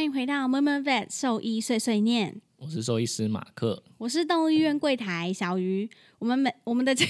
迎回到 Murmur Vet 兽医碎碎念， 我是兽医师马克， 我是动物医院柜台小鱼。我们的我们的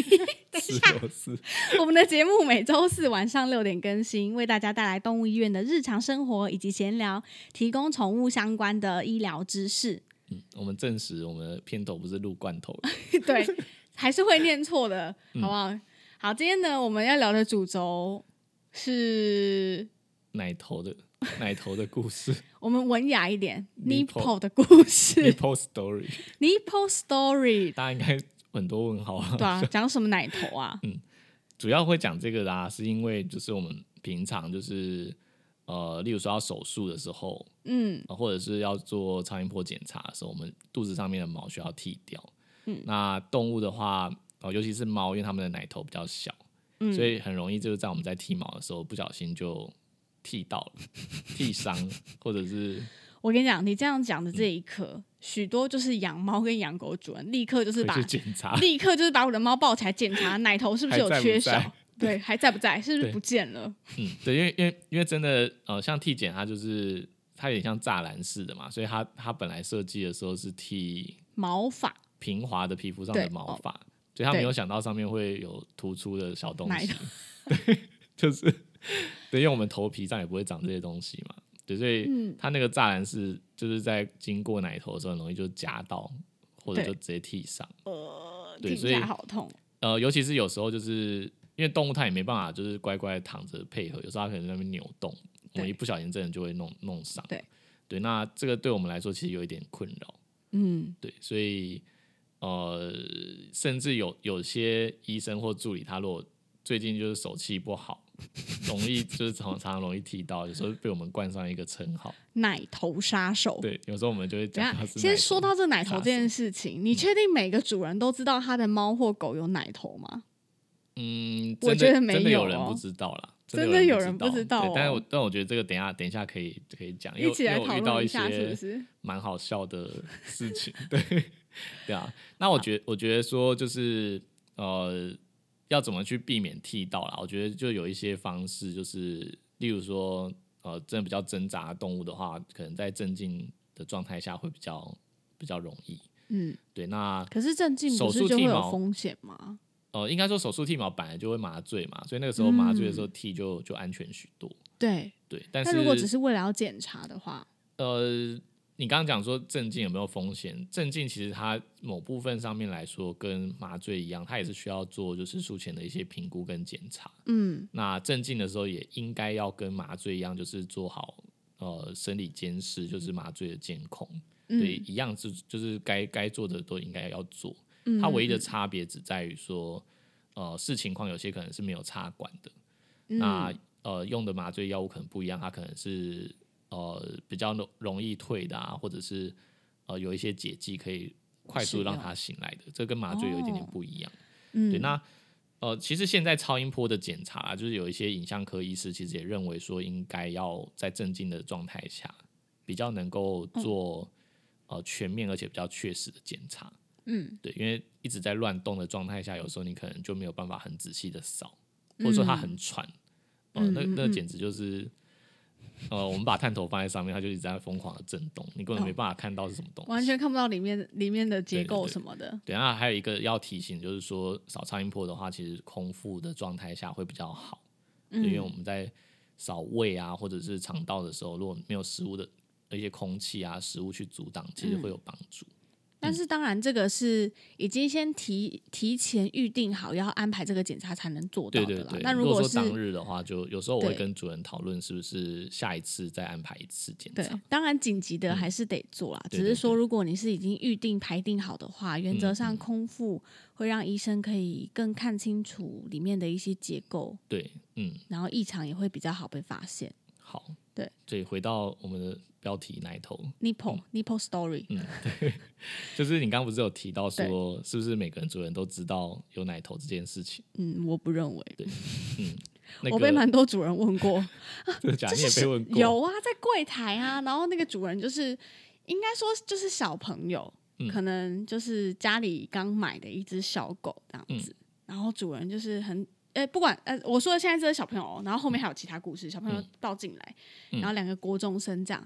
节目每周四晚上6点更新，为大家带来动物医院的日常生活以及闲聊，提供宠物相关的医疗知识。 我们证实我们的片头不是录罐头的对，还是会念错的，好不好？好，今天呢，我们要聊的主轴是奶头的故事我们文雅一点 Nipple 的故事 ，Nipple Story， Nipple Story， 大家应该很多问号啊。 对啊，讲什么奶头啊？ 主要会讲这个啦，是因为就是我们平常就是例如说要手术的时候，或者是要做超音波检查的时候，我们肚子上面的毛需要剃掉。那动物的话，尤其是猫，因为它们的奶头比较小，所以很容易就是在我们在剃毛的时候不小心就剃到了，剃伤，或者是我跟你讲，你这样讲的这一刻，许多就是养猫跟养狗主人立刻就是会去检查， 立刻就是把我的猫抱起来检查奶头是不是有缺少， 还在不在对，还在不在，是不是不见了？ 对，因为真的像剃剪，它就是它有点像栅栏式的嘛，所以它本来设计的时候是剃毛发平滑的皮肤上的毛发，所以他没有想到上面会有突出的小东西，对，就是对，因为我们头皮上也不会长这些东西嘛，对，所以它那个栅栏是就是在经过奶头的时候很容易就夹到，或者就直接剃伤，对， 听起来好痛。 尤其是有时候就是因为动物它也没办法就是乖乖躺着配合，有时候它可能在那边扭动，我们一不小心真的就会弄伤，对，那这个对我们来说其实有一点困扰，对，所以甚至有些医生或助理，他如果最近就是手气不好，容易就是常常容易剃到，有时候被我们冠上一个称号 “奶头杀手”。 对，有时候我们就会讲他是奶头。 先说到这奶头这件事情，你确定每个主人都知道他的猫或狗有奶头吗？我觉得没有， 真的有人不知道啦， 真的有人不知道。 但我觉得这个等一下可以讲， 一起来讨论一下， 是不是？ 蛮好笑的事情，对啊。那我觉得说就是要怎么去避免剃到啦？我觉得就有一些方式，就是例如说真的比较挣扎的动物的话，可能在镇静的状态下会比较容易。对。那可是镇静不是就会有风险吗？ 应该说手术剃毛本来就会麻醉嘛，所以那个时候麻醉的时候剃就安全许多。 对， 但是如果只是为了要检查的话， 你刚刚讲说镇静有没有风险？镇静其实它某部分上面来说跟麻醉一样，它也是需要做就是术前的一些评估跟检查。那镇静的时候也应该要跟麻醉一样，就是做好生理监视，就是麻醉的监控。对，一样就是该做的都应该要做。它唯一的差别只在于说，视情况有些可能是没有插管的，那用的麻醉药物可能不一样，它可能是比较容易退的啊，或者是有一些解剂可以快速让它醒来的，这跟麻醉有一点点不一样。对，那其实现在超音波的检查就是有一些影像科医师其实也认为说，应该要在镇静的状态下，比较能够做全面而且比较确实的检查。对，因为一直在乱动的状态下，有时候你可能就没有办法很仔细的扫，或者说它很喘，那简直就是，我们把探头放在上面，它就一直在疯狂的震动，你根本没办法看到是什么东西， 完全看不到里面的结构什么的。 对，那还有一个要提醒，就是说扫超音波的话，其实空腹的状态下会比较好，因为我们在扫胃啊或者是肠道的时候，如果没有食物的一些空气啊食物去阻挡，其实会有帮助。 但是当然，这个是已经先提前预定好要安排这个检查才能做到的啦。 对， 那如果说当日的话，就有时候我会跟主人讨论是不是下一次再安排一次检查。 对，当然紧急的还是得做啦。只是说如果你是已经预定排定好的话，原则上空腹会让医生可以更看清楚里面的一些结构。 对， 然后异常也会比较好被发现。 好， 对， 所以回到我们的标题奶头 Nipple Story。 对，就是你刚刚不是有提到说，是不是每个人主人都知道有奶头这件事情？ 我不认为。 对， 我被蛮多主人问过， 真的假的？你也被问过？ 有啊，在柜台啊，然后那个主人就是应该说就是小朋友，可能就是家里刚买的一只小狗这样子，然后主人就是很。不管我说的现在这个小朋友，然后后面还有其他故事，小朋友抱进来，然后2个国中生这样，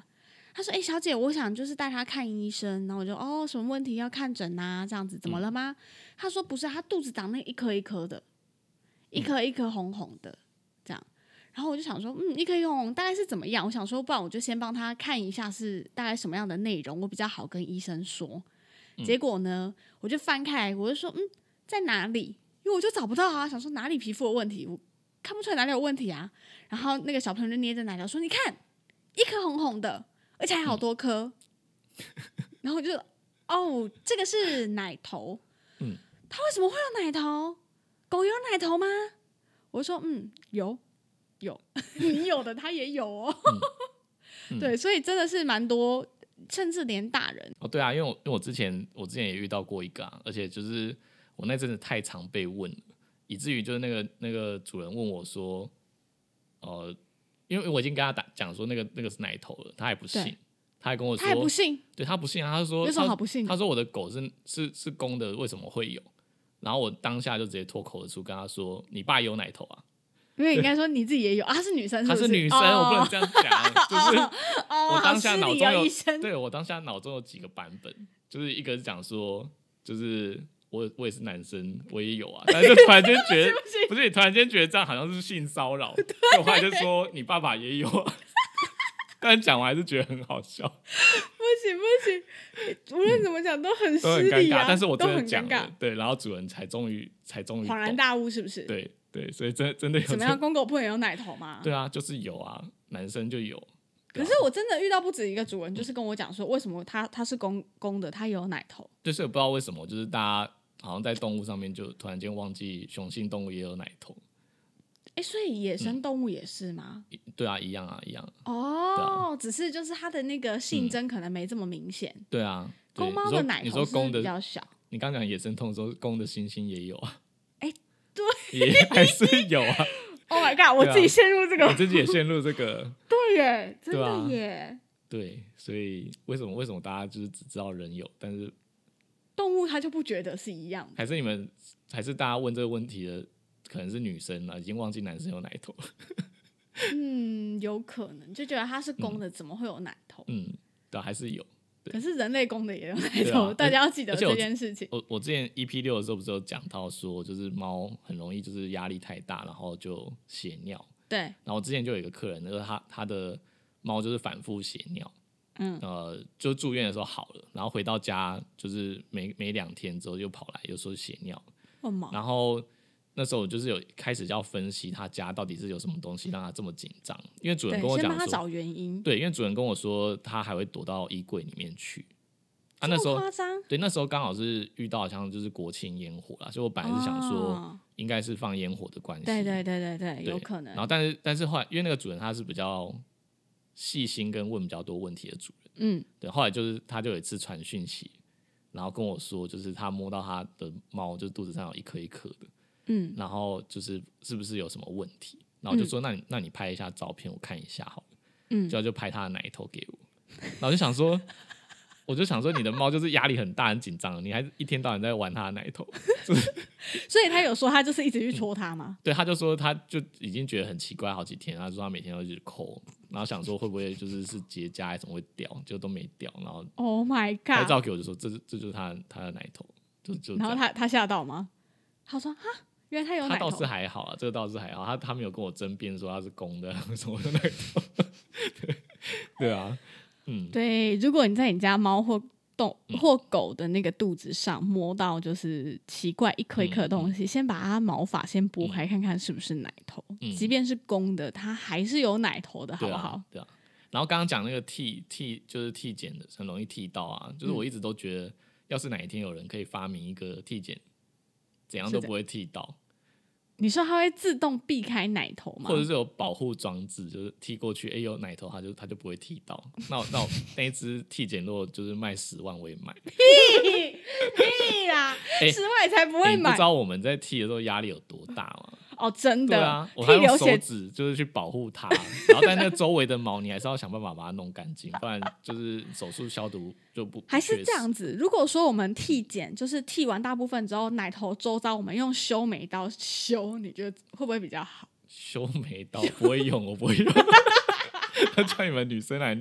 他说小姐，我想就是带他看医生。然后我就什么问题要看诊啊，这样子怎么了吗？他说不是，他肚子长那一颗一颗的，一颗一颗红红的这样。然后我就想说一颗一颗红大概是怎么样，我想说不然我就先帮他看一下是大概什么样的内容，我比较好跟医生说。结果呢我就翻开来，我就说在哪里，因为我就找不到啊，想说哪里皮肤有问题，我看不出来哪里有问题啊。然后那个小朋友就捏着奶头说你看一颗红红的，而且还好多颗。然后我就这个是奶头。他为什么会有奶头？狗有奶头吗？我说有你有的他也有哦。对，所以真的是蛮多，甚至连大人对啊，因为我之前也遇到过一个而且就是我那阵子太常被问了，以至于就是那个主人问我说因为我已经跟他讲说那个是奶头了，他还不信，他还跟我说他还不信， 对他不信他就说有什么好不信的？ 他说我的狗是公的，为什么会有？然后我当下就直接脱口而出跟他说你爸也有奶头啊。 因为应该说你自己也有她是女生是不是？ 她是女生我不能这样讲。就是我当下脑中对我当下脑中有几个版本，就是一个是讲说就是我也是男生我也有啊，但是就突然间觉得不是，突然间觉得这样好像是性骚扰，所以我后来就说你爸爸也有啊。但讲完还是觉得很好笑。 不行，无论怎么讲都很失礼都很尴尬，但是我真的讲了，对，然后主人才终于恍然大悟，是不是？ 对，所以真的有怎么样？公狗不能有奶头吗？ 对啊，就是有啊，男生就有。 可是我真的遇到不止一个主人，就是跟我讲说，为什么他是公的，他有奶头。 就是我不知道为什么，就是大家好像在动物上面就突然间忘记雄性动物也有奶头。 所以野生动物也是吗？ 对啊，一样啊。 只是就是它的那个性征可能没这么明显。 对啊， 公猫的奶头是比较小。 你刚讲野生动物说公的猩猩也有啊。 对， 也还是有啊。 Oh my god！ 我自己陷入这个， 我自己也陷入这个。 对耶，真的耶。 对，所以为什么大家就是只知道人有，但是动物它就不觉得是一样的？ 还是大家问这个问题的可能是女生了，已经忘记男生有奶头了。 有可能就觉得它是公的，怎么会有奶头？ 对，还是有。 可是人类公的也有奶头，大家要记得这件事情。 我之前 EP6 的时候不是有讲到说，就是猫很容易就是压力太大，然后就血尿。 对。 然后我之前就有一个客人，就是他的猫就是反复血尿，就住院的时候好了，然后回到家就是每2天之后又跑来，又说血尿。然后那时候我就是有开始要分析他家到底是有什么东西让他这么紧张，因为主人跟我讲说， 先帮他找原因。 对，因为主人跟我说他还会躲到衣柜里面去。 那时候夸张？ 对，那时候刚好是遇到好像就是国庆烟火啦，所以我本来是想说应该是放烟火的关系。 对，有可能。 然后但是后来因为那个主人他是比较细心跟问比较多问题的主人，对，后来就是他就有一次传讯息，然后跟我说就是他摸到他的猫就是肚子上有一颗一颗的。然后就是是不是有什么问题？然后我就说那你拍一下照片我看一下好了。就拍他的奶头给我。然后我就想说你的猫就是压力很大很紧张，你还一天到晚在玩他的奶头。 所以他有说他就是一直去戳他吗？ 对，他就说他就已经觉得很奇怪好几天，他说他每天都一直抠，然后想说会不会就是结痂还是怎么会掉，就都没掉。然后 Oh my god！ 拍照给我就说这就是他的奶头，就然后他吓到吗？他说哈。原来他有奶头。 他倒是还好啊，这个倒是还好，他没有跟我争辩说他是公的什么的奶头。对啊， 对，如果你在你家猫或狗的那个肚子上摸到就是奇怪一颗一颗的东西，先把它毛发先拨开看看是不是奶头。即便是公的，它还是有奶头的，好不好？ 对啊。然后刚刚讲那个就是剃剪的很容易剃到啊，就是我一直都觉得，要是哪一天有人可以发明一个剃剪怎样都不会剃到。 你说它会自动避开奶头吗？ 或者是有保护装置，就是剃过去，有奶头它就不会剃到。那我那一只剃剪如果就是卖10万我也买。 屁啦，10万才不会买。 你不知道我们在剃的时候压力有多大吗？ 真的。 对啊，我还用手指就是去保护它，然后但那个周围的毛你还是要想办法把它弄干净，不然就是手术消毒就不还是这样子。如果说我们剃剪就是剃完大部分之后，奶头周遭我们用修眉刀修，你觉得会不会比较好？ 修眉刀不会用，我不会用。叫你们女生来弄。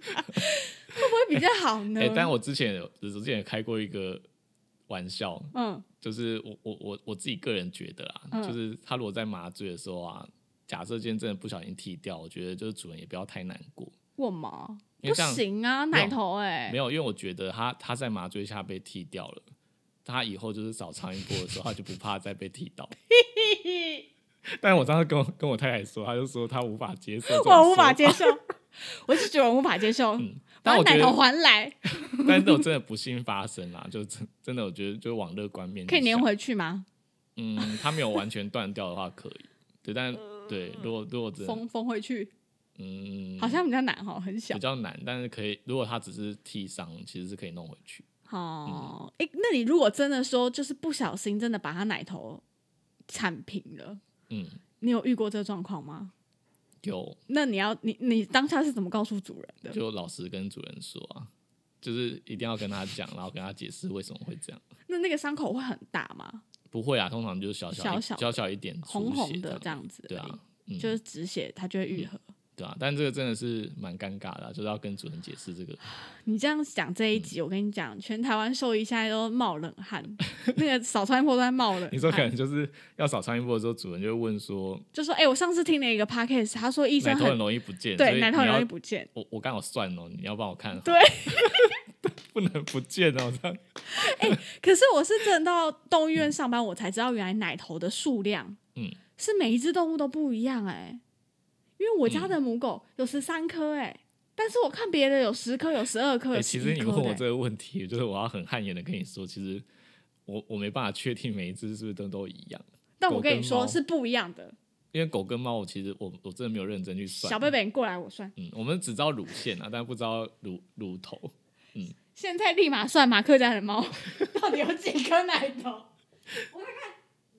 会不会比较好呢？ 但我之前也开过一个玩笑，就是我自己个人觉得啦，就是他如果在麻醉的时候啊，假设今天真的不小心剃掉，我觉得就是主人也不要太难过。 为嘛？不行啊，奶头没有，因为我觉得他在麻醉下被剃掉了，他以后就是扫苍蝇波的时候，他就不怕再被剃到。但是我当时跟我太太说，他就说他无法接受， 我无法接受，我是主人无法接受，把奶头还来。 但是我真的不幸发生啦，就真的我觉得就往乐观面可以粘回去吗？ 他没有完全断掉的话可以，对，但对，如果真的缝回去，好像比较难哈，很小， 比较难，但是可以，如果他只是剃伤，其实是可以弄回去。 那你如果真的说就是不小心真的把他奶头铲平了，你有遇过这个状况吗？ 有。 那你当下是怎么告诉主人的？ 就老实跟主人说啊，就是一定要跟他讲，然后跟他解释为什么会这样。 那个伤口会很大吗？ 不会啊，通常就是小一点， 红红的这样子。 对啊， 就是止血，它就会愈合。 对啊，但这个真的是蛮尴尬的，就是要跟主人解释这个。 你这样讲这一集，我跟你讲，全台湾兽医现在都冒冷汗，那个扫苍蝇波都在冒冷汗。 你说可能就是要扫苍蝇波的时候，主人就会问说， 就说我上次听了一个 podcast， 他说医生奶头很容易不见， 对，奶头很容易不见。 我刚好算哦，你要帮我看。 对， 不能不见哦，这样。 可是我是真的到动物医院上班，我才知道原来奶头的数量，是每一只动物都不一样因为我家的母狗有13颗但是我看别的有10颗、有12颗、有11颗。 其实你问我这个问题，就是我要很汗颜的跟你说，其实我没办法确定每一只是不是都一样。 但我跟你说是不一样的， 因为狗跟猫，我其实我真的没有认真去算。 小贝贝，你过来，我算。 我们只知道乳腺啊，但不知道乳头。 现在立马算马克家的猫到底有几颗奶头？我看看。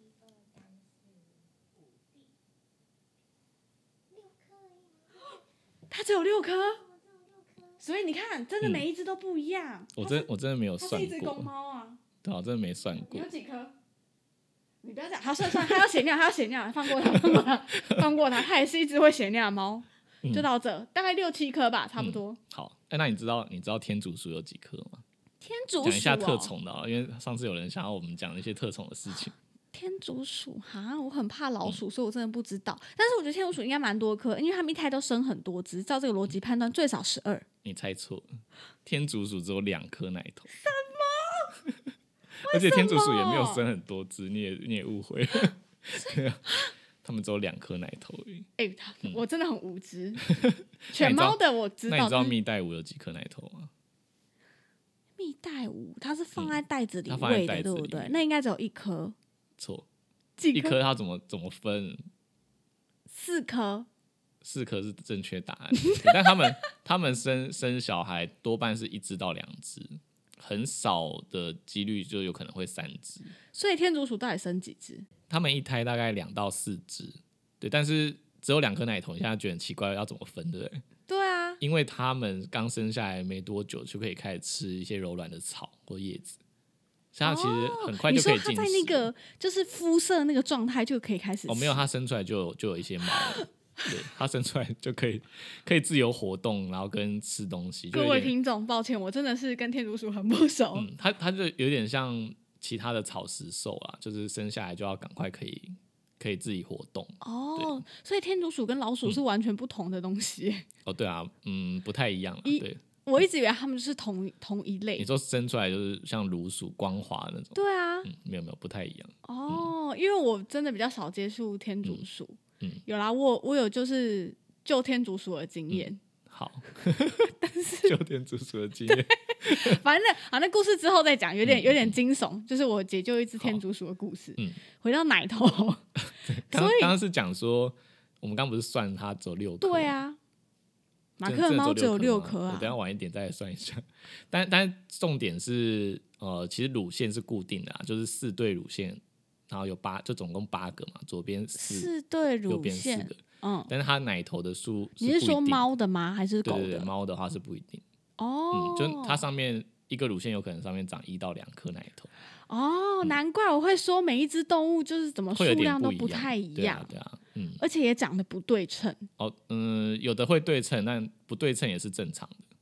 它只有6颗，所以你看，真的每一只都不一样。 我真的没有算过。 它是一只公猫啊。 对啊，真的没算过。 你有几颗？你不要讲，好，算，它要血尿，放过它，它也是一只会血尿的猫。就到这，大概6、7颗吧，差不多。 好，那你知道天竺鼠有几颗吗？ 天竺鼠讲一下特宠的，因为上次有人想要我们讲一些特宠的事情。 天竺鼠我很怕老鼠，所以我真的不知道。但是我觉得天竺鼠应该蛮多颗，因为它们一胎都生很多只，照这个逻辑判断最少12。 你猜错了，天竺鼠只有2颗奶头。 什么？ 而且天竺鼠也没有生很多只，你也误会了。对啊，他们只有2颗奶头而已。 我真的很无知。犬猫的我知道。 那你知道蜜袋鼯有几颗奶头吗？ 蜜袋鼯它是放在袋子里喂的，对不对？那应该只有1颗。 错， 一颗它怎么分 ？4颗 ，4颗是正确答案。但他们生小孩多半是1只到2只，很少的几率就有可能会3只。 所以天竺鼠到底生几只？ 他们一胎大概2到4只，对，但是只有2颗奶头，你现在觉得很奇怪，要怎么分，对不对？ 对啊， 因为他们刚生下来没多久就可以开始吃一些柔软的草或叶子。它其实很快就可以进食。 你说它在那个就是肤色那个状态就可以开始吃？ 没有，它生出来就有一些毛了。对，它生出来就可以自由活动，然后跟吃东西。 各位听众，抱歉，我真的是跟天竺鼠很不熟。 它就有点像其他的草食兽啊，就是生下来就要赶快可以自己活动。 所以天竺鼠跟老鼠是完全不同的东西。 对啊，不太一样啊。对。 我一直以为他们就是同一类。 你说生出来就是像乳鼠光滑那种？ 对啊， 没有不太一样。 因为我真的比较少接触天竺鼠。有啦，我有就是救天竺鼠的经验。 好，但是救天竺鼠的经验， 反正那故事之后再讲，有点惊悚，就是我解救一只天竺鼠的故事。回到奶头， 刚刚是讲说，我们刚不是算它只有6颗？ 对啊。马克的猫只有6颗啊！ 我等一下晚一点再来算一下。但重点是，其实乳腺是固定的就是4对乳腺，然后就总共8个嘛，左边4对乳腺，右边4个。但是它奶头的数， 你是说猫的吗？还是狗的？ 对，猫的话是不一定。就它上面一个乳腺有可能上面长1到2颗奶头。 难怪我会说每一只动物就是怎么数量都不太一样。 对啊， 而且也长得不对称。 有的会对称，但不对称也是正常的。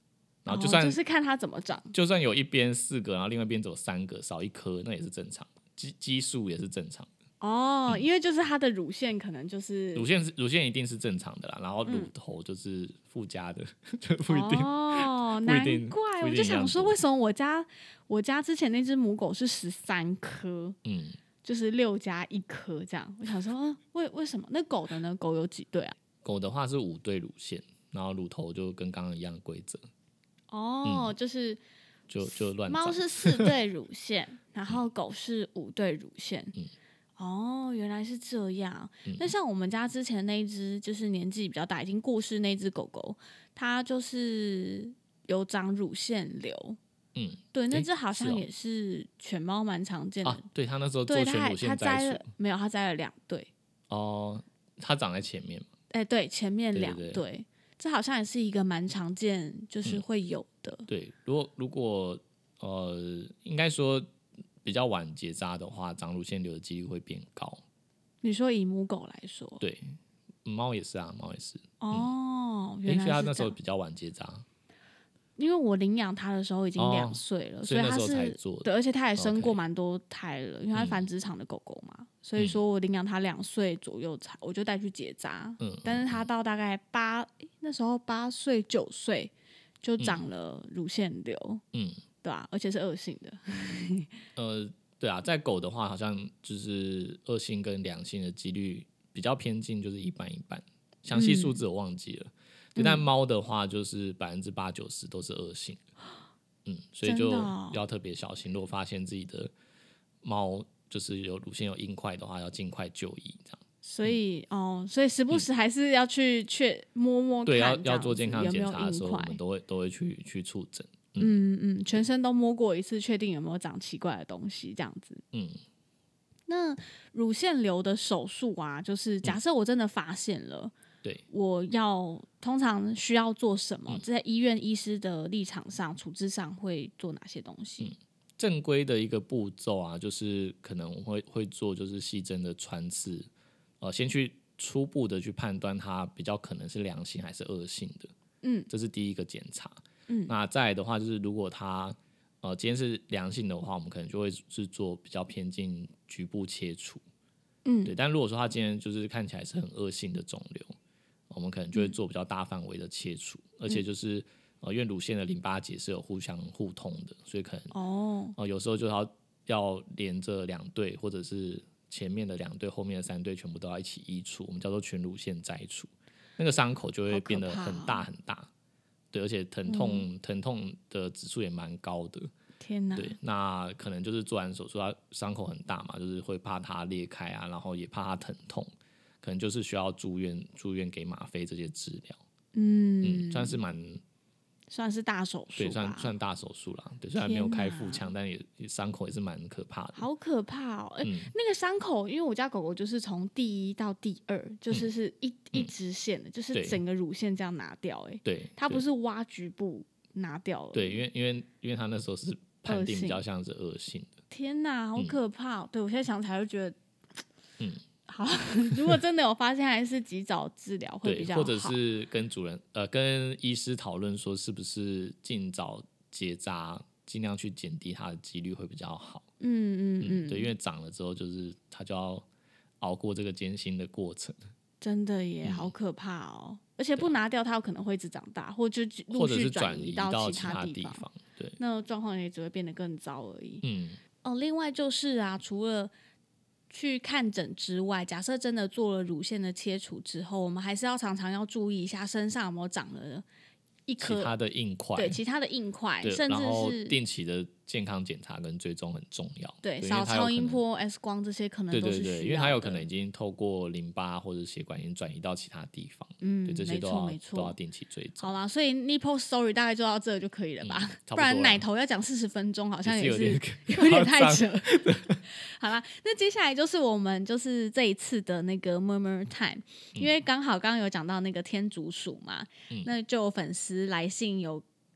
然后就算、 就是看它怎么长， 就算有一边4个，然后另外一边只有3个，少1颗，那也是正常的，基数也是正常的。 因为就是它的乳腺可能就是乳腺一定是正常的啦，然后乳头就是附加的，就不一定。 难怪我就想说，为什么我家之前那只母狗是13颗，就是6加1颗这样。我想说，为什么？那狗的呢？狗有几对啊？ 狗的话是5对乳腺，然后乳头就跟刚刚一样的规则。 就是就乱长。 猫是4对乳腺，然后狗是5对乳腺。原来是这样。那像我们家之前那一只，就是年纪比较大，已经过世那只狗狗，它就是有长乳腺瘤。对，那只好像也是犬猫蛮常见的。 对，它那时候做全乳腺摘除， 没有，它摘了2对。 它长在前面嘛？ 对，前面2对，这好像也是一个蛮常见，就是会有的。 对，如果应该说比较晚结扎的话，长乳腺瘤的几率会变高。 你说以母狗来说？ 对，猫也是啊，猫也是。 原来是这样。 所以它那时候比较晚结扎。 因为我领养它的时候已经2岁了， 所以它是对，而且它也生过蛮多胎了，因为它是繁殖场的狗狗嘛，所以说我领养它2岁左右我就带去结扎。但是它到大概那时候8岁9岁就长了乳腺瘤。对啊，而且是恶性的。 对啊，在狗的话，好像就是恶性跟良性的几率比较偏近，就是一半一半，详细数字我忘记了。但猫的话，就是80%-90%都是恶性。所以就要特别小心。如果发现自己的猫就是有乳腺有硬块的话，要尽快就医这样。 所以时不时还是要去摸摸看， 对，要做健康检查的时候，我们都会去触诊。 全身都摸过一次，确定有没有长奇怪的东西这样子。那乳腺瘤的手术啊，就是假设我真的发现了，我通常需要做什么？在医院医师的立场上、处置上会做哪些东西？ 正规的一个步骤啊，就是可能会做就是细针的穿刺，先去初步的去判断它比较可能是良性还是恶性的。这是第一个检查。那再来的话，就是如果它今天是良性的话，我们可能就会是做比较偏近局部切除。对。但如果说它今天就是看起来是很恶性的肿瘤，我们可能就会做比较大范围的切除，而且就是因为乳腺的淋巴结是有互相互通的，所以可能有时候就要连着2对，或者是前面的2对，后面的3对全部都要一起移除，我们叫做全乳腺摘除。那个伤口就会变得很大很大。对，而且疼痛的指数也蛮高的。 天哪！ 对，那可能就是做完手术，它伤口很大嘛，就是会怕它裂开啊，然后也怕它疼痛，可能就是需要住院给吗啡这些治疗。算是大手术， 对， 算大手术啦。对，虽然没有开腹腔，但也伤口也是蛮可怕的。 好可怕哦！那个伤口，因为我家狗狗就是从第1到第2，就是一直线的，就是整个乳腺这样拿掉。 对， 它不是挖局部拿掉了。 对，因为它那时候是判定比较像是恶性的。 天哪，好可怕！对，我现在想起来就觉得，好，如果真的有发现，还是及早治疗会比较好， 或者是跟主人跟医师讨论说，是不是尽早结扎，尽量去减低它的几率会比较好。对，因为长了之后，就是它就要熬过这个艰辛的过程。 真的耶，好可怕哦！而且不拿掉，它有可能会一直长大，或者陆续转移到其他地方。 对， 那状况也只会变得更糟而已。另外就是啊，除了去看诊之外，假设真的做了乳腺的切除之后，我们还是要常常要注意一下身上有没有长了一颗其他的硬块， 对，其他的硬块，甚至是定期的健康检查跟追踪很重要。 对，扫超音波、X 光这些可能都是需要的。 对，因为它有可能已经透过淋巴或者血管已经转移到其他地方。对，这些都要定期追踪。 好啦，所以 nipple story 大概做到这就可以了吧？不然奶头要讲40分钟，好像也是有点太扯。好啦，那接下来就是我们就是这一次的那个 murmur time，因为刚刚有讲到那个天竺鼠嘛，那就有粉丝来信有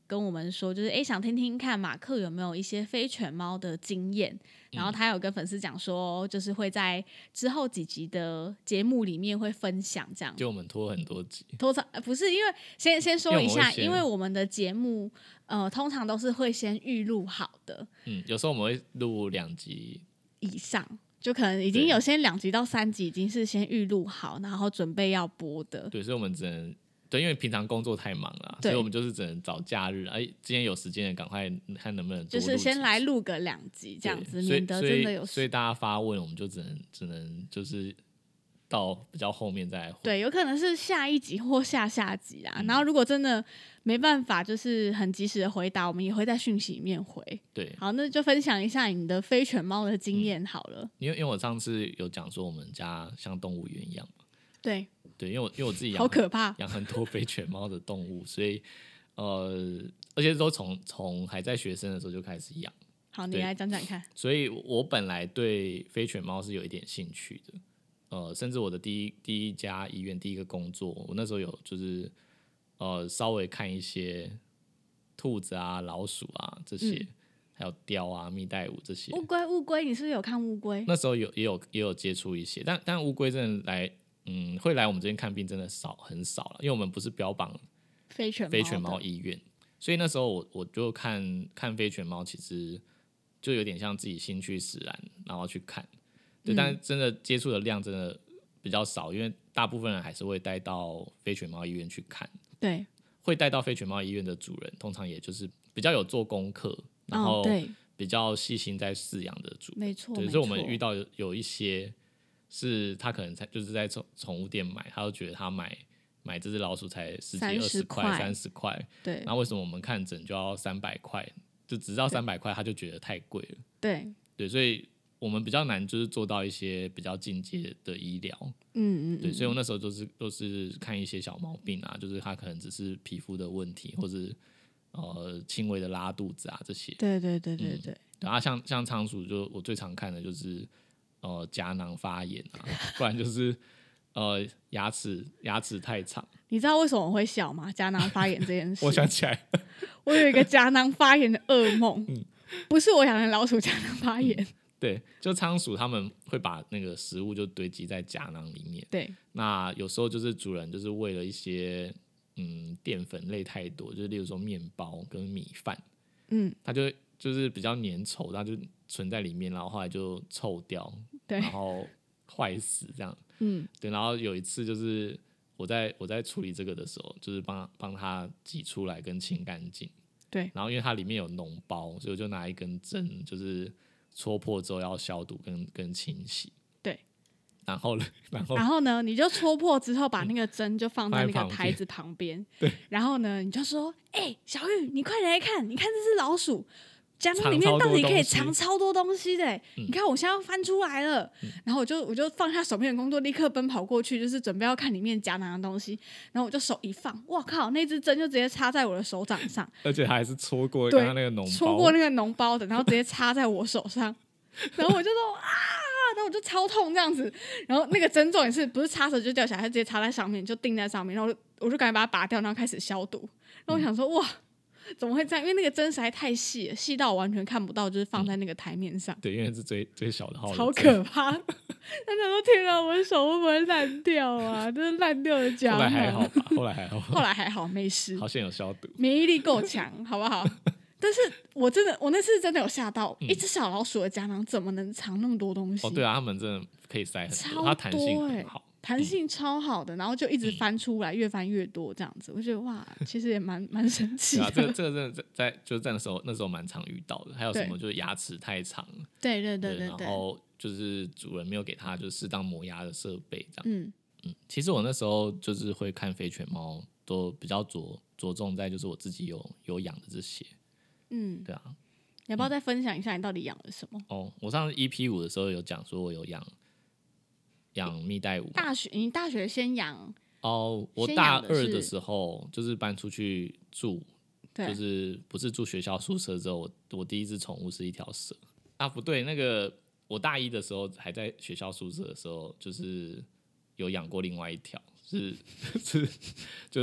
跟我们说，就是想听听看马克有没有一些非犬猫的经验，然后他有跟粉丝讲说，就是会在之后几集的节目里面会分享这样。 就我们拖很多集， 不是因为先说一下， 因为因为我们的节目通常都是会先预录好的， 有时候我们会录2集以上。就可能已经有先2集到3集已经是先预录好，然后准备要播的。 对，所以我们只能因为平常工作太忙了，所以我们就是只能找假日，今天有时间的赶快看能不能多录几集， 就是先来录个2集这样子，免得真的有所以大家发问，我们就只能就是到比较后面再来回。 对，有可能是下一集或下集啊。然后如果真的没办法，就是很及时的回答，我们也会在讯息里面回。 对， 好，那就分享一下你的非犬猫的经验好了。 因为我上次有讲说我们家像动物园一样嘛。 对， 因为我自己好可怕， 养很多非犬猫的动物，所以而且都从还在学生的时候就开始养。 好，你来讲讲看。 所以我本来对非犬猫是有一点兴趣的。甚至我的第一家医院第一个工作，我那时候有就是稍微看一些兔子啊、老鼠啊这些，还有雕啊、蜜袋鼯这些。 乌龟，你是不是有看乌龟？ 那时候也有接触一些，但乌龟真的来，会来我们这边看病真的很少了，因为我们不是标榜非犬猫医院，所以那时候我就看非犬猫，其实就有点像自己兴趣使然，然后去看。对，但真的接触的量真的比较少，因为大部分人还是会带到非犬猫医院去看。 对， 会带到非犬猫医院的主人，通常也就是比较有做功课，然后比较细心在饲养的主人。 没错， 对，所以我们遇到有一些是他可能就是在宠物店买，他就觉得他买这只老鼠才10几20块30块， 对， 然后为什么我们看诊就要300块，就只要300块他就觉得太贵了。对，所以我们比较难就是做到一些比较进阶的医疗。对，所以我那时候都是看一些小毛病啊，就是他可能只是皮肤的问题，或者轻微的拉肚子啊这些。 对。 然后像仓鼠，就我最常看的就是颊囊发炎啊，不然就是牙齿太长。 你知道为什么我会笑吗？颊囊发炎这件事， 我想起来了， 我有一个颊囊发炎的噩梦，不是我养的老鼠淀囊发炎。 对，就仓鼠他们会把那个食物就堆积在颊囊里面。 对， 那有时候就是主人就是为了一些淀粉类太多，就是例如说面包跟米饭，它就是比较粘稠，它就存在里面，然后后来就臭掉， 对， 然后坏死这样。对，然后有一次就是我在处理这个的时候，就是帮它挤出来跟清干净。 对， 然后因为它里面有脓包，所以我就拿一根针，就是戳破之后要消毒跟清洗。 对， 然后呢，你就戳破之后，把那个针就放在那个台子旁边。 对， 然后呢，你就说：“小玉，你快点来看，你看这只老鼠浆里面到底可以藏超多东西的。你看我现在要翻出来了。然后我就放下手边的工作，立刻奔跑过去，就是准备要看里面夹哪样东西。然后我就手一放，哇靠，那只针就直接插在我的手掌上， 而且还是戳过刚刚那个脓包， 戳过那个脓包的，然后直接插在我手上。然后我就说啊，然后我就超痛这样子。然后那个针重也是不是插手就掉下来，它直接插在上面，就钉在上面。然后我就赶紧把它拔掉，然后开始消毒。然后我想说哇，怎么会这样？因为那个针实在太细了，细到我完全看不到，就是放在那个台面上。 对，因为是最小的号， 超可怕。他想说天啊，我的手会不会烂掉啊？这是烂掉的夹。 后来还好吧？后来还好，没事。 好像有消毒， 免疫力够强，好不好？但是我那次真的有嚇到，一只小老鼠的夹囊怎么能藏那么多东西？ 对啊，他们真的可以塞很多，它弹性很好。 弹性超好的，然后就一直翻出来，越翻越多这样子，我觉得哇，其实也蛮神奇的。 这个真的在那时候蛮常遇到的。还有什么就是牙齿太长， 对， 然后就是主人没有给它就是适当磨牙的设备这样。其实我那时候就是会看非犬猫，都比较着重在就是我自己有养的这些。对啊。 你要不要再分享一下你到底养了什么？ 我上次 EP5 的时候有讲说我有养蜜袋鼯。 你大学先养？ 我大2的时候就是搬出去住，就是不是住学校宿舍之后，我第一只宠物是一条蛇啊。不对，那个我大1的时候还在学校宿舍的时候，就是有养过另外一条，就是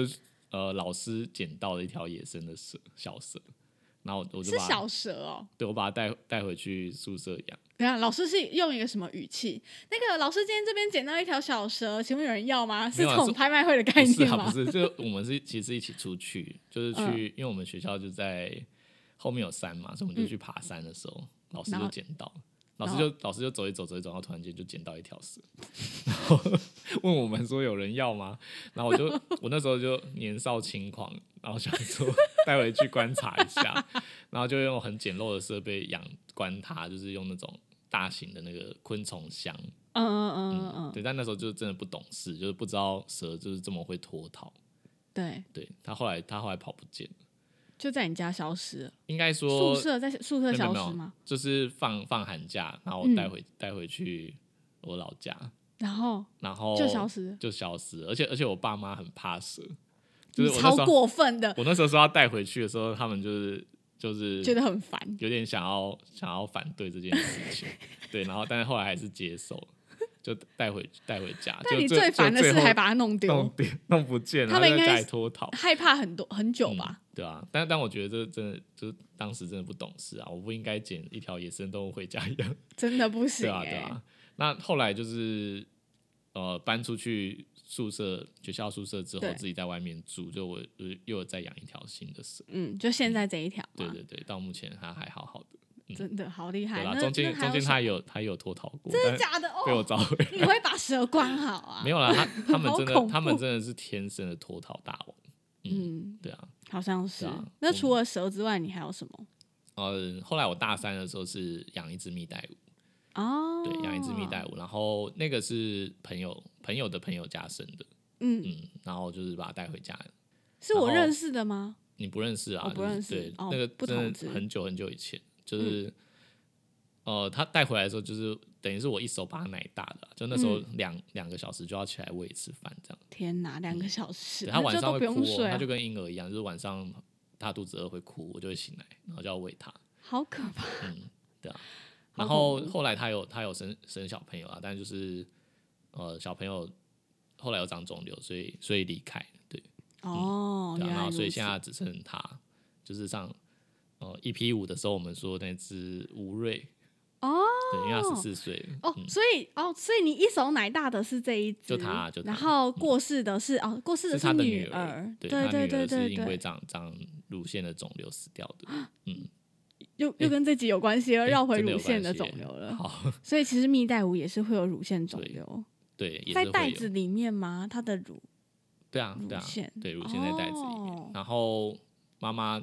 老师捡到了一条野生的小蛇，然后我就是小蛇哦。 对，我把它带回去宿舍养。 等一下，老师是用一个什么语气？那个老师今天这边捡到一条小蛇，请问有人要吗？是这种拍卖会的概念吗？ 不是，就我们其实一起出去，就是去，因为我们学校就在后面有山嘛，所以我们就去爬山的时候，老师就捡到。老师就走一走，然后突然间就捡到一条蛇，然后问我们说有人要吗？然后我那时候就年少轻狂，然后想说带回去观察一下，然后就用很简陋的设备关它，就是用那种大型的那个昆虫箱。对，但那时候就真的不懂事，就是不知道蛇就是这么会脱逃。 对， 他后来跑不见了。 就在你家消失了。 应该说在宿舍消失吗？ 就是放寒假，然后我带回去我老家， 然后就消失了，而且我爸妈很怕蛇，就是我超过分的。 我那时候说要带回去的时候，他们就是觉得很烦， 有点想要反对这件事情，对，然后但是后来还是接受。就带回家。 但你最烦的是还把它弄丢， 弄不见， 他们应该脱逃， 害怕很久吧？ 对啊，但我觉得这真的就是当时真的不懂事啊，我不应该捡一条野生动物回家养， 真的不行。 对啊。那后来就是搬出去学校宿舍之后，自己在外面住，就我又有再养一条新的蛇， 就现在这一条。 对，到目前它还好好的。 真的好厉害！ 中间他有脱逃过， 真的假的？ 被我找回来。 你会把蛇关好啊？ 没有啦，他们真的是天生的脱逃大王。对啊， 好像是。那除了蛇之外，你还有什么？ 后来我大3的时候是养一只蜜袋鼯。 哦， 对，养一只蜜袋鼯，然后那个是朋友的朋友家生的。然后就是把它带回家。 是我认识的吗？ 你不认识啊？ 我不认识。 对，那个真的很久很久以前。就是，他带回来的时候，就是等于是我一手把他奶大的，就那时候2个小时就要起来喂一次饭，这样。 天哪，2个小时！ 他晚上会哭哦，他就跟婴儿一样，就是晚上他肚子饿会哭，我就会醒来，然后就要喂他。 好可怕。 对啊。然后后来他有生小朋友啊，但就是小朋友后来有长肿瘤，所以离开。对。对啊，然后所以现在只剩他，就是上。EP5的时候，我们说那只吴瑞对，因为他14岁所以你一手奶大的是这一只， 就他， 然后过世的是他的女儿，对， 他女儿是因为长乳腺的肿瘤死掉的， 又跟这集有关系了，绕回乳腺的肿瘤了。 好， 所以其实蜜袋鼯也是会有乳腺肿瘤， 对， 在袋子里面吗？它的乳腺，对，乳腺在袋子里面。然后妈妈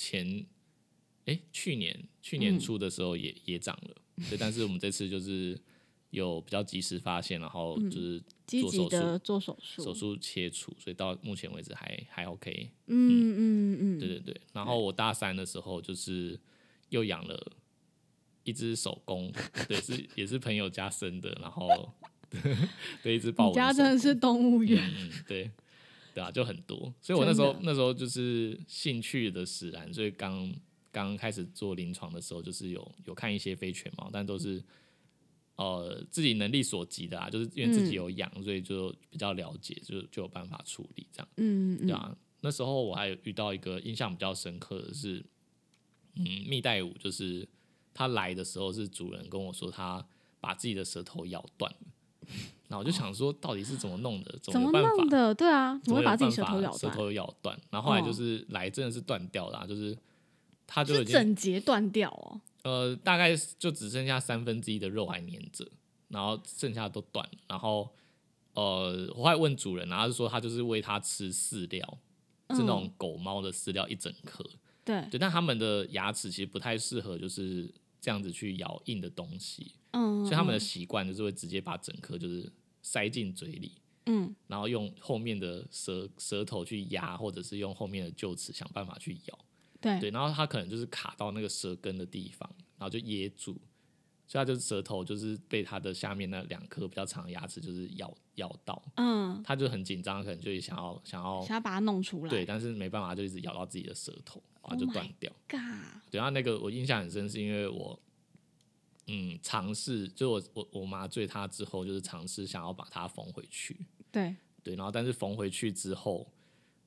去年初的时候也长了，对，但是我们这次就是有比较及时发现，然后就是做手术切除，所以到目前为止还 OK。对。然后我大3的时候就是又养了一只手工，对，也是朋友家生的，然后对一只豹纹。 你家真的是动物园。 对啊，就很多，所以我那时候就是兴趣的使然，所以刚开始做临床的时候，就是有看一些非犬猫，但都是自己能力所及的啊，就是因为自己有养，所以就比较了解，就有办法处理这样。对啊，那时候我还有遇到一个印象比较深刻的是，蜜袋鼯就是他来的时候是主人跟我说他把自己的舌头咬断了。然后我就想说，到底是怎么弄的？怎么弄的？对啊，怎么会把自己舌头咬断？然后后来就是来真的是断掉了，就是它就已经整节断掉哦。 大概就只剩下1/3的肉还粘着，然后剩下都断了。然后我还问主人，然后他就说他就是喂它吃饲料，是那种狗猫的饲料一整颗。 对， 但他们的牙齿其实不太适合就是这样子去咬硬的东西。所以他们的习惯就是会直接把整颗就是塞进嘴里，然后用后面的舌头去压，或者是用后面的臼齿想办法去咬，对，然后它可能就是卡到那个舌根的地方，然后就噎住，所以它就是舌头就是被它的下面那2颗比较长的牙齿就是咬到，它就很紧张，可能就想要把它弄出来， 对，但是没办法，就一直咬到自己的舌头，然后就断掉。对，然后那个我印象很深，是因为我。尝试就我麻醉它之后，就是尝试想要把它缝回去。对，然后但是缝回去之后，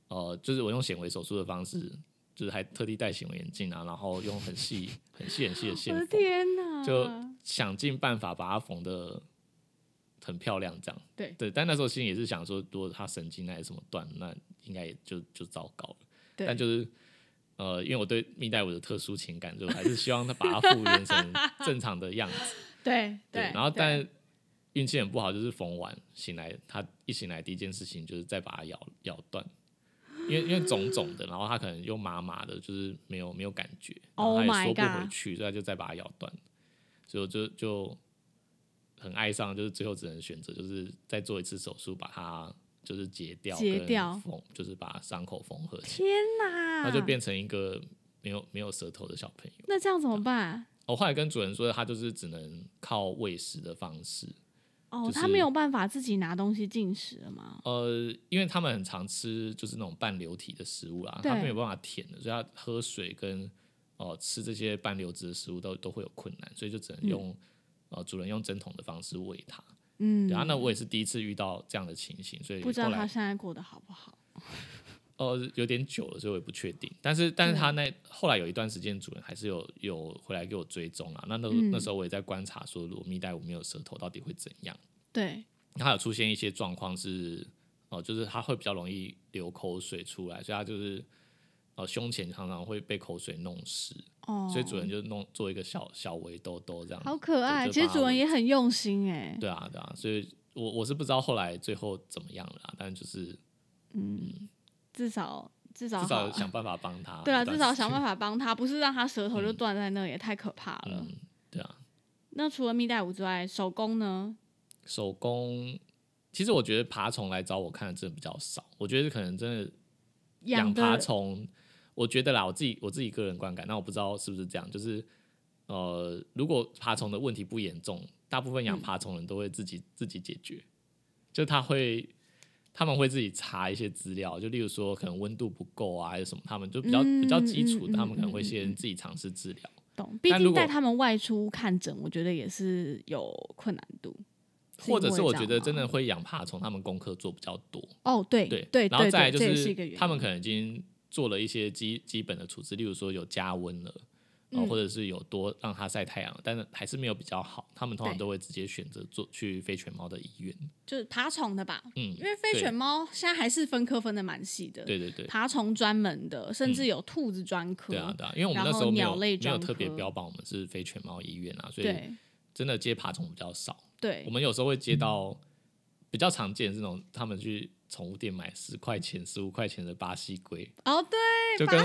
就是我用显微手术的方式，就是还特地戴显微眼镜啊，然后用很细的线缝， 我的天哪， 就想尽办法把它缝得很漂亮，这样。对，但那时候心里也是想说，如果他神经还是什么断，那应该也就糟糕了。但就是因为我对蜜袋鼯的特殊情感，就还是希望他把它复原成正常的样子。 对， 然后但运气很不好，就是缝完醒来，他一醒来第一件事情就是再把它咬断，因为肿肿的，然后他可能又麻麻的，就是没有感觉，然后他也缩不回去，所以他就再把它咬断。所以我就很哀伤，就是最后只能选择就是再做一次手术，把它就是截掉跟缝，就是把伤口缝合起来。 天哪！ 他就变成一个没有舌头的小朋友。 那这样怎么办？ 我后来跟主人说，他就是只能靠喂食的方式。 他没有办法自己拿东西进食了吗？ 因为他们很常吃就是那种半流体的食物啦，他们没有办法舔的，所以他喝水跟吃这些半流质的食物都会有困难，所以就只能用主人用针筒的方式喂它。对啊，那我也是第一次遇到这样的情形，所以不知道他现在过得好不好。 有点久了，所以我也不确定。但是他后来有一段时间，主人还是有回来给我追踪啊。那时候我也在观察说，如果蜜袋鼯没有舌头，到底会怎样？ 对， 它有出现一些状况是，就是它会比较容易流口水出来，所以它就是胸前常常会被口水弄湿。所以主人就做一个小围兜兜这样。 好可爱，其实主人也很用心哎。 对啊，所以我是不知道后来最后怎么样了啦，但就是至少想办法帮他。 对啊，至少想办法帮他，不是让他舌头就断在那，也太可怕了。 对啊。 那除了蜜袋鼯之外，手工呢？ 手工其实我觉得爬虫来找我看的真的比较少。我觉得可能真的养爬虫，我觉得啦，我自己个人观感，那我不知道是不是这样，就是如果爬虫的问题不严重，大部分养爬虫人都会自己解决，就他们会自己查一些资料，就例如说可能温度不够啊，还是什么，他们就比较基础的，他们可能会先自己尝试治疗。 懂，毕竟带他们外出看诊，我觉得也是有困难度。 或者是我觉得真的会养爬虫，他们功课做比较多。 对，然后再来就是他们可能已经做了一些基本的处置，例如说有加温了。或者是有多让它晒太阳，但是还是没有比较好。他们通常都会直接选择去非犬猫的医院， 就是爬虫的吧？因为非犬猫现在还是分科分的蛮细的。 对， 爬虫专门的，甚至有兔子专科。 对啊，因为我们那时候没有特别标榜我们是非犬猫医院啊，所以真的接爬虫比较少。 对， 我们有时候会接到比较常见的这种，他们去宠物店买10块钱、15块钱的巴西龟。 对， 就跟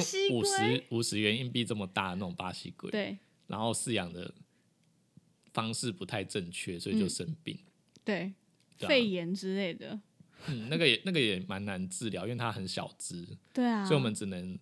50元硬币这么大的那种巴西龟。 对， 然后饲养的方式不太正确，所以就生病。 对，肺炎之类的。 那个也蛮难治疗，因为它很小只。 对啊， 所以我们只能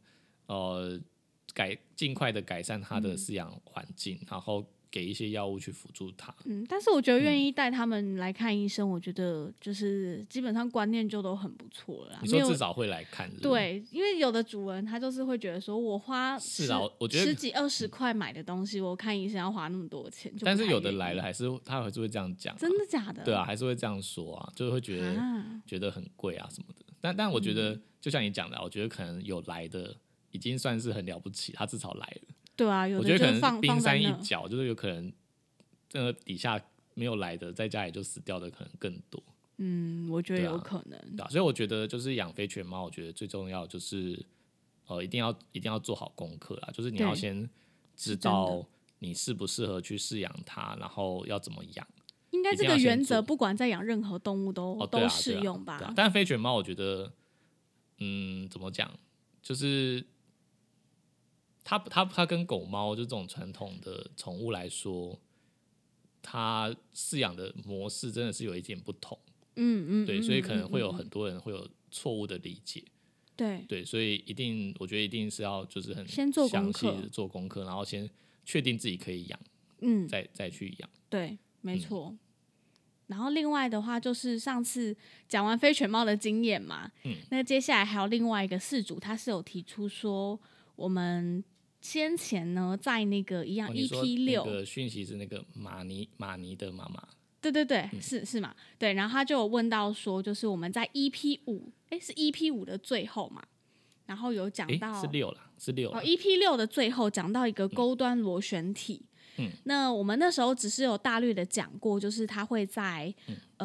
尽快的改善它的饲养环境，然后给一些药物去辅助它。 但是我觉得愿意带他们来看医生，我觉得就是基本上观念就都很不错了啦。 你说至少会来看是不是？ 对，因为有的主人他就是会觉得说，我花我觉得 10几20块买的东西，我看医生要花那么多钱， 但是有的来了他还是会这样讲。 真的假的？ 对啊，还是会这样说啊，就是会觉得很贵啊什么的。但我觉得就像你讲的，我觉得可能有来的已经算是很了不起，他至少来了。 对啊，有的我觉得可能冰山一角，就是有可能底下没有来的，在家里就死掉的可能更多。 我觉得有可能。 对啊，所以我觉得就是养非犬猫，我觉得最重要就是一定要做好功课啦，就是你要先知道你适不适合去饲养它，然后要怎么养。 应该这个原则不管在养任何动物都适用吧。 但非犬猫我觉得怎么讲，就是它跟狗猫就这种传统的宠物来说，它饲养的模式真的是有一点不同。对，所以可能会有很多人会有错误的理解。对，所以我觉得一定是要就是很先做详细的做功课，然后先确定自己可以养，再去养。 对，没错。然后另外的话，就是上次讲完非犬猫的经验嘛，那接下来还有另外一个饲主，他是有提出说，我们先前呢在那个一样 EP6 那个讯息是那个马尼的妈妈。 对，是嘛？对，然后他就有问到说，就是我们在 EP5，是 EP5的最后嘛， 然后有讲到是6啦，是6啦。 EP6 的最后讲到一个钩端螺旋体。那我们那时候只是有大略的讲过，就是它会在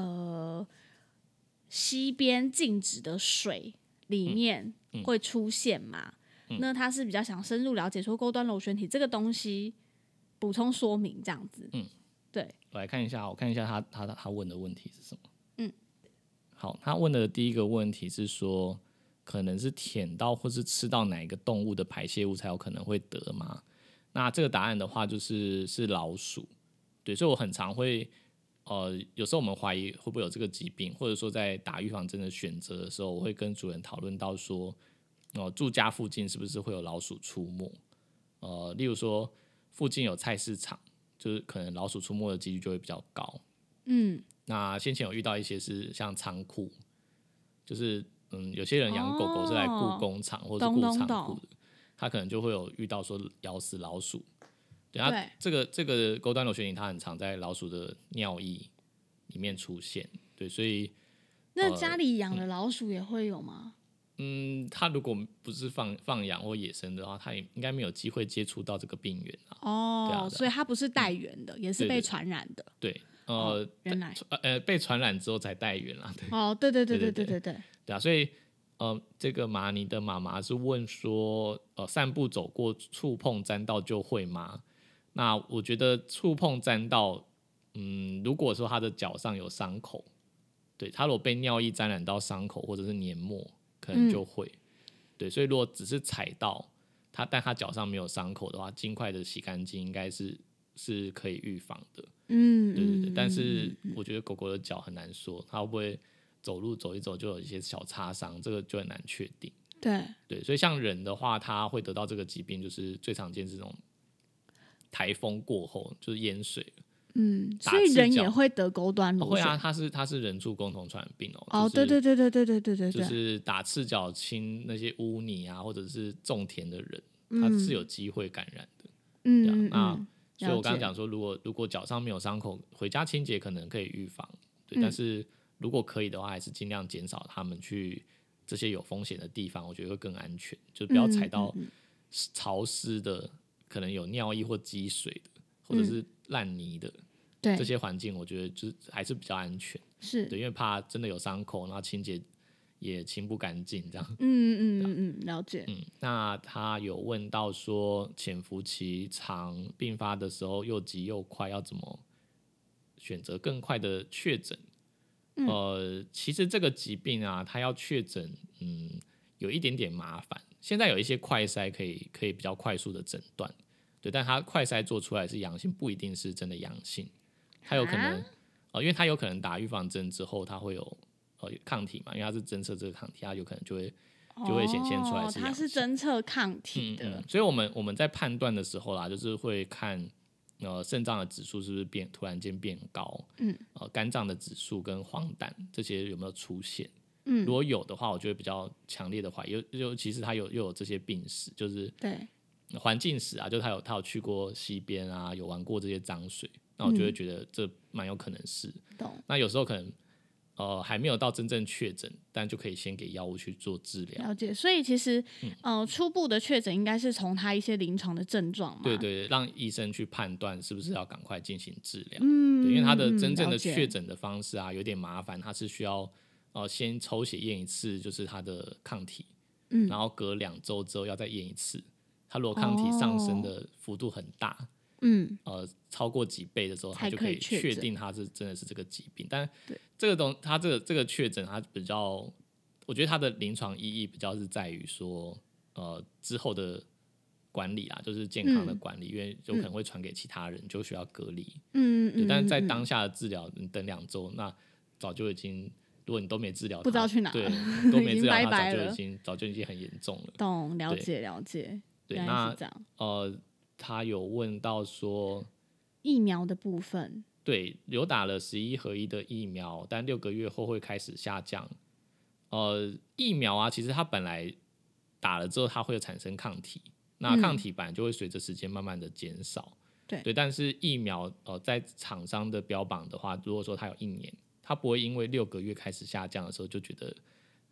溪边静止的水里面会出现嘛。那他是比较想深入了解说钩端螺旋体这个东西，补充说明这样子。对， 我来看一下，他问的问题是什么。好，他问的第一个问题是说，可能是舔到或是吃到哪一个动物的排泄物才有可能会得吗？那这个答案的话是老鼠。对，所以我很常会有时候我们怀疑会不会有这个疾病，或者说在打预防针的选择的时候，我会跟主人讨论到说，住家附近是不是会有老鼠出没？例如说附近有菜市场，就是可能老鼠出没的几率就会比较高。那先前有遇到一些是像仓库，就是有些人养狗狗是来顾工厂或是顾仓库的，他可能就会有遇到说咬死老鼠。对，它这个钩端螺旋体它很常在老鼠的尿液里面出现。对，所以那家里养的老鼠也会有吗？ 它如果不是放养或野生的话，它也应该没有机会接触到这个病源啊。 所以它不是带源的，也是被传染的。 对， 原来被传染之后才带源啦。 对。 对啊，所以这个马尼的妈妈是问说，散步走过触碰沾到就会吗？那我觉得触碰沾到，如果说他的脚上有伤口，对，他如果被尿液沾染到伤口或者是黏膜，可能就会。对，所以如果只是踩到他，但他脚上没有伤口的话，尽快的洗干净，应该是可以预防的。对。但是我觉得狗狗的脚很难说，它会不会走路走一走就有一些小擦伤，这个就很难确定。对，所以像人的话，他会得到这个疾病，就是最常见是这种台风过后就是淹水了。 所以人也会得钩端螺旋。 会啊，它是人畜共同传染病对， 就是打赤脚亲那些污泥啊，或者是种田的人，他是有机会感染的。所以我刚刚讲说，如果脚上没有伤口，回家清洁可能可以预防。对，但是如果可以的话，还是尽量减少他们去这些有风险的地方，我觉得会更安全。就不要踩到潮湿的，可能有尿液或积水的，或者是烂泥的。这些环境我觉得就是还是比较安全。对，因为怕真的有伤口，然后清洁也清不干净这样。 了解。 那他有问到说，潜伏期长并发的时候又急又快，要怎么选择更快的确诊？其实这个疾病啊，它要确诊，有一点点麻烦。现在有一些快筛可以比较快速的诊断，对，但它快筛做出来是阳性，不一定是真的阳性，它有可能，因为它有可能打预防针之后，它会有抗体嘛，因为它是侦测这个抗体，它有可能就会显现出来是阳性。 它是侦测抗体的。 所以我们在判断的时候啦，就是会看肾脏的指数是不是突然间变高，肝脏的指数跟黄疸这些有没有出现？如果有的话，我就会比较强烈的怀疑，尤其是他又有这些病史，就是环境史啊，就是他有去过溪边啊，有玩过这些脏水，那我就会觉得这蛮有可能是。那有时候可能还没有到真正确诊，但就可以先给药物去做治疗。 了解，所以其实初步的确诊应该是从他一些临床的症状嘛。 对，让医生去判断是不是要赶快进行治疗。对，因为他的真正的确诊的方式啊有点麻烦，他是需要先抽血验一次，就是他的抗体，然后隔2周之后要再验一次。他如果抗体上升的幅度很大，超过几倍的时候，他就可以确定他是真的是这个疾病。但这个他这个确诊，他比较，我觉得他的临床意义比较是在于说，之后的管理啊，就是健康的管理，因为有可能会传给其他人，就需要隔离。对，但是在当下的治疗，你等2周，那早就已经。如果你都没治疗， 不知道去哪了， 对，都没治疗，他拜拜早就已经很严重了。 懂，了解。 对，那他有问到说疫苗的部分， 对，有打了11合1的疫苗，但6个月后会开始下降。疫苗啊，其实它本来打了之后，它会产生抗体，那抗体本来就会随着时间慢慢的减少。对，但是疫苗在厂商的标榜的话，如果说它有1年。他不会因为6个月开始下降的时候就觉得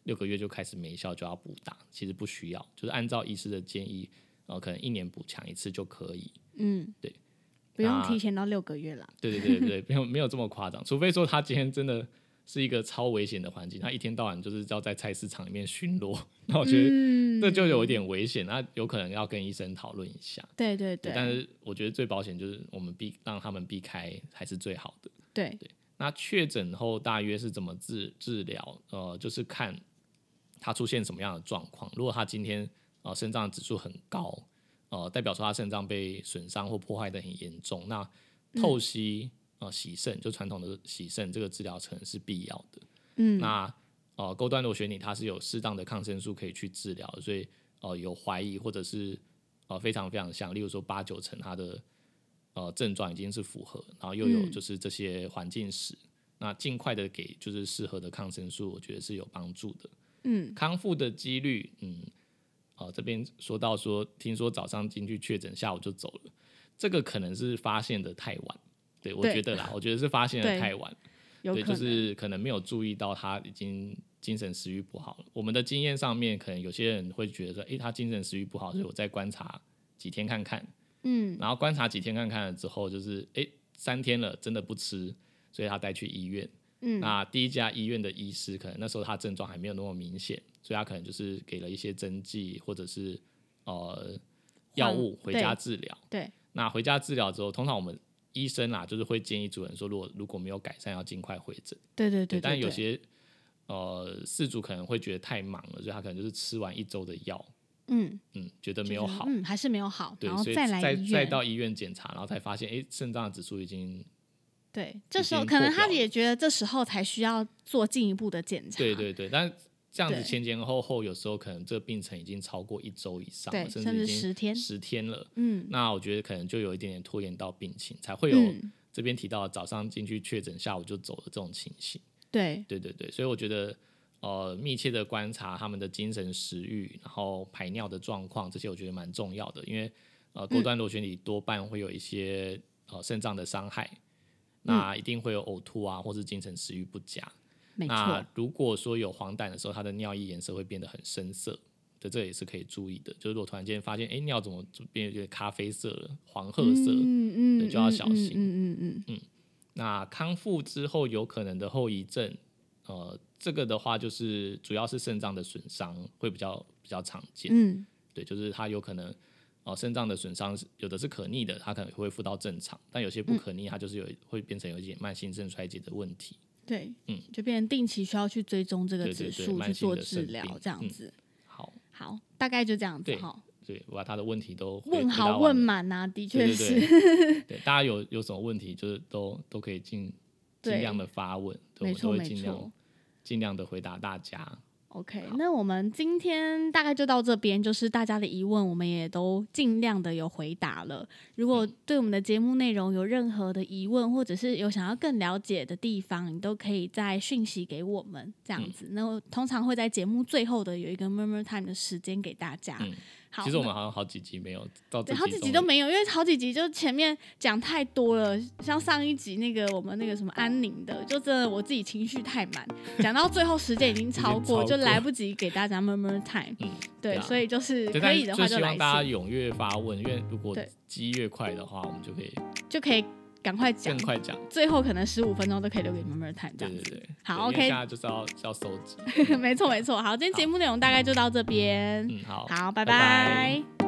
6个月就开始没效就要补打，其实不需要，就是按照医师的建议，可能1年补强1次就可以。对， 不用提前到6个月啦。 对，没有这么夸张，除非说他今天真的是一个超危险的环境，他一天到晚就是要在菜市场里面巡逻，那我觉得这就有一点危险，那有可能要跟医生讨论一下。 对， 但是我觉得最保险就是我们让他们避开还是最好的。 对， 那确诊后大约是怎么治疗？就是看他出现什么样的状况。如果他今天肾脏指数很高，代表说他肾脏被损伤或破坏的很严重，那透析洗肾，就传统的洗肾这个治疗可能是必要的。那钩端螺旋体它是有适当的抗生素可以去治疗的，所以有怀疑或者是非常非常像，例如说8-9成它的症状已经是符合，然后又有就是这些环境史，那尽快的给就是适合的抗生素，我觉得是有帮助的。康复的几率，这边说到说，听说早上进去确诊，下午就走了，这个可能是发现的太晚。对，我觉得啦，我觉得是发现的太晚。对，就是可能没有注意到他已经精神食欲不好了。我们的经验上面，可能有些人会觉得说，他精神食欲不好，所以我再观察几天看看。然后观察几天看看了之后，就是3天了，真的不吃，所以他带去医院。那第一家医院的医师可能那时候他症状还没有那么明显，所以他可能就是给了一些针剂或者是药物回家治疗。 对， 那回家治疗之后，通常我们医生啦，就是会建议主人说，如果没有改善，要尽快回诊。 对， 但有些饲主可能会觉得太忙了，所以他可能就是吃完1周的药，觉得没有好， 还是没有好， 对， 然后再来医院， 再到医院检查，然后才发现，肾脏的指数已经， 对，这时候可能他也觉得这时候才需要做进一步的检查。 对，但这样子前后，有时候可能这个病程已经超过1周以上了， 甚至已经10天了。那我觉得可能就有一点点拖延到病情，才会有这边提到早上进去确诊，下午就走的这种情形。对，所以我觉得密切的观察他们的精神食欲，然后排尿的状况，这些我觉得蛮重要的，因为钩端螺旋体多半会有一些肾脏的伤害，那一定会有呕吐啊，或是精神食欲不佳。那如果说有黄疸的时候，它的尿液颜色会变得很深色，对，这也是可以注意的。就是如果突然间发现，尿怎么变得咖啡色了、黄褐色，对，就要小心。那康复之后有可能的后遗症，这个的话就是主要是肾脏的损伤会比较常见。对，就是它有可能肾脏的损伤有的是可逆的，它可能会恢复到正常，但有些不可逆，它就是会变成有一点慢性肾衰竭的问题。 对，就变成定期需要去追踪这个指数，去做治疗，这样子。好，大概就这样子哈。 对，我把他的问题都问好问满啊，的确是。 对，大家有什么问题，就是都可以尽量的发问，我们都会尽量的回答大家。 OK， 那我们今天大概就到这边，就是大家的疑问我们也都尽量的有回答了。如果对我们的节目内容有任何的疑问，或者是有想要更了解的地方，你都可以再讯息给我们这样子。那我通常会在节目最后的有一个 murmur time 的时间给大家。 其实我们好像好几集没有到这集， 好几集都没有，因为好几集就前面讲太多了，像上一集那个我们那个什么安宁的，就真的我自己情绪太满，讲到最后时间已经超过，就来不及给大家 murmur time。对，所以就是可以的话就来信。 希望大家踊跃发问，因为如果积越快的话，我们就可以赶快讲，更快讲，最后可能15分钟都可以留给 murmur time 这样子。对，好 OK， 现在就是要收集。没错，好，今天节目内容大概就到这边。好，拜拜。